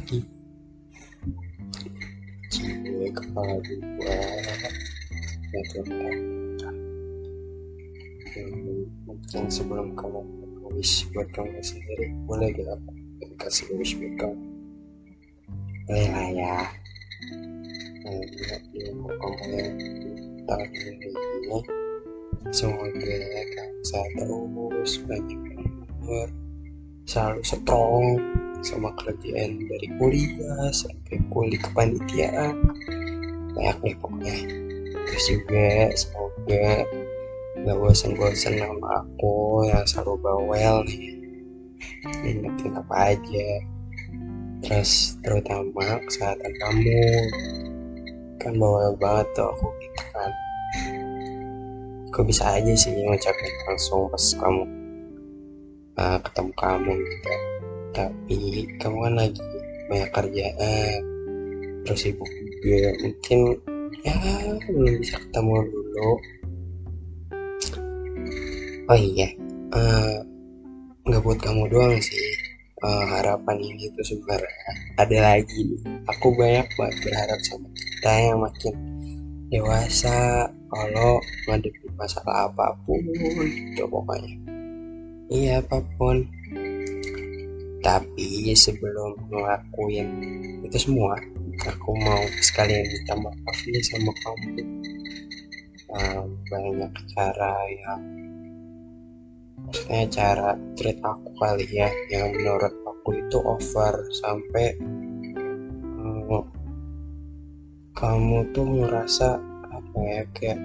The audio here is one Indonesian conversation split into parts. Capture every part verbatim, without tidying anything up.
lagi. Cie kepala dua. Ya Tuhan, mungkin sebelum kamu wish buat kamu sendiri, boleh gak aku kasih wish buat kamu? Boleh lah ya. Nah, ilmu kamu yang tahun ini, semoga kamu sehat terus, banyak umur, selalu strong sama kerjaan dari kuliah sampai kuliah kepanitiaan, banyak deh pokoknya. Terus juga semoga gak bosan-bosan sama aku yang selalu bawel nih, ingetin apa aja. Terus terutama kesehatan kamu, kan bawel banget tuh aku gitu kan. Kok bisa aja sih ngucapin langsung pas kamu uh, ketemu kamu gitu. Tapi kamu kan lagi banyak kerjaan, terus sibuk juga, mungkin ya belum bisa ketemu dulu. Oh iya, uh, nggak buat kamu doang sih. Uh, harapan ini tuh sebenarnya ada lagi nih. Aku banyak banget berharap sama kita yang makin dewasa kalau ngadepin masalah apapun gitu pokoknya. Iya apapun. Tapi sebelum ngelakuin itu semua, aku mau sekalian minta maaf nih sama kamu. Uh, banyak cara yang maksudnya cara treat aku kali ya yang menurut aku itu over, sampai um, kamu tuh ngerasa apa ya, kayak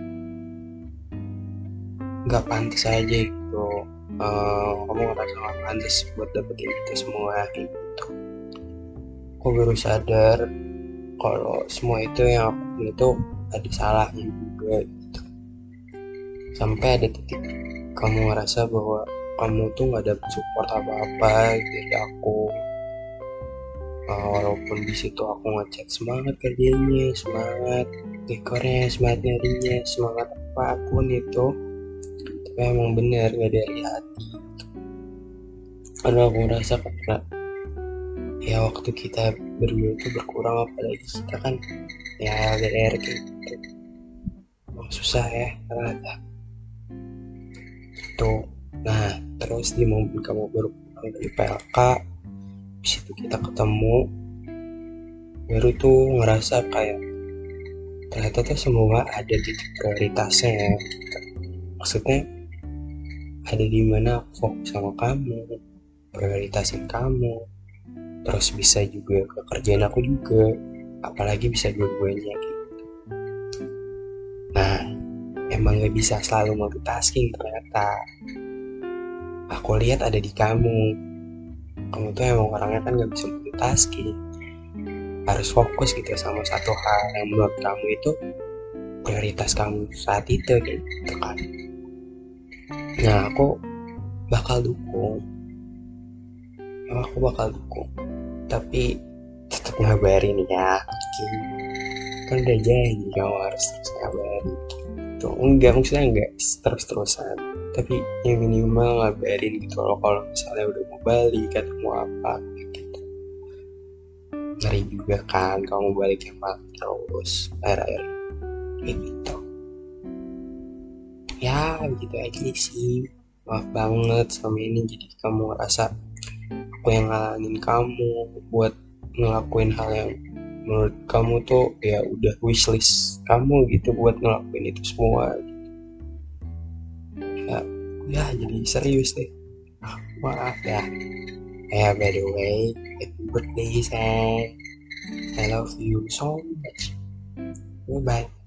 nggak pantas aja gitu. Uh, kamu ngerasa nggak pantas buat dapetin itu semua gitu. Aku baru sadar kalau semua itu yang aku itu ada salahnya juga gitu. Sampai ada titik kamu ngerasa bahwa kamu tuh nggak dapet support apa-apa dari aku. Uh, walaupun di situ aku ngechat semangat kerjanya, semangat dekornya, semangat nyarinya, semangat apapun itu, tapi emang bener nggak dari hati. Karena aku ngerasa karena ya waktu kita berdua itu berkurang, apalagi kita kan ya L D R gitu. Oh, susah ya ternyata tuh. Nah terus di momen kamu baru pulang dari P L K, habis itu kita ketemu, baru tuh ngerasa kayak ternyata tuh semua ada titik prioritasnya ya. Maksudnya ada di mana aku fokus sama kamu, prioritasin kamu, terus bisa juga ke kerjaan aku juga, apalagi bisa dua-duanya gitu. Nah emang gak bisa selalu multitasking ternyata. Aku lihat ada di kamu, kamu tuh emang orangnya kan gak bisa multitasking, harus fokus gitu sama satu hal yang menurut kamu itu prioritas kamu saat itu gitu kan. Nah aku bakal dukung, aku bakal dukung, tapi tetap ngabarin ya. Kan udah janji kamu harus terus ngabarin gitu. Enggak, maksudnya enggak terus-terusan, tapi yang minimal ngabarin gitu loh kalau misalnya udah mau balik atau mau apa gitu. Ngeri juga kan kamu balik yang balik terus akhir-akhir gitu. Ya begitu aja sih, maaf banget selama ini jadi kamu ngerasa aku yang ngalangin kamu buat ngelakuin hal yang menurut kamu tuh ya udah wishlist kamu gitu buat ngelakuin itu semua. Ya, ya jadi serius deh. Maaf ya. Eh by the way, happy birthday sayang. I love you so much. Bye bye.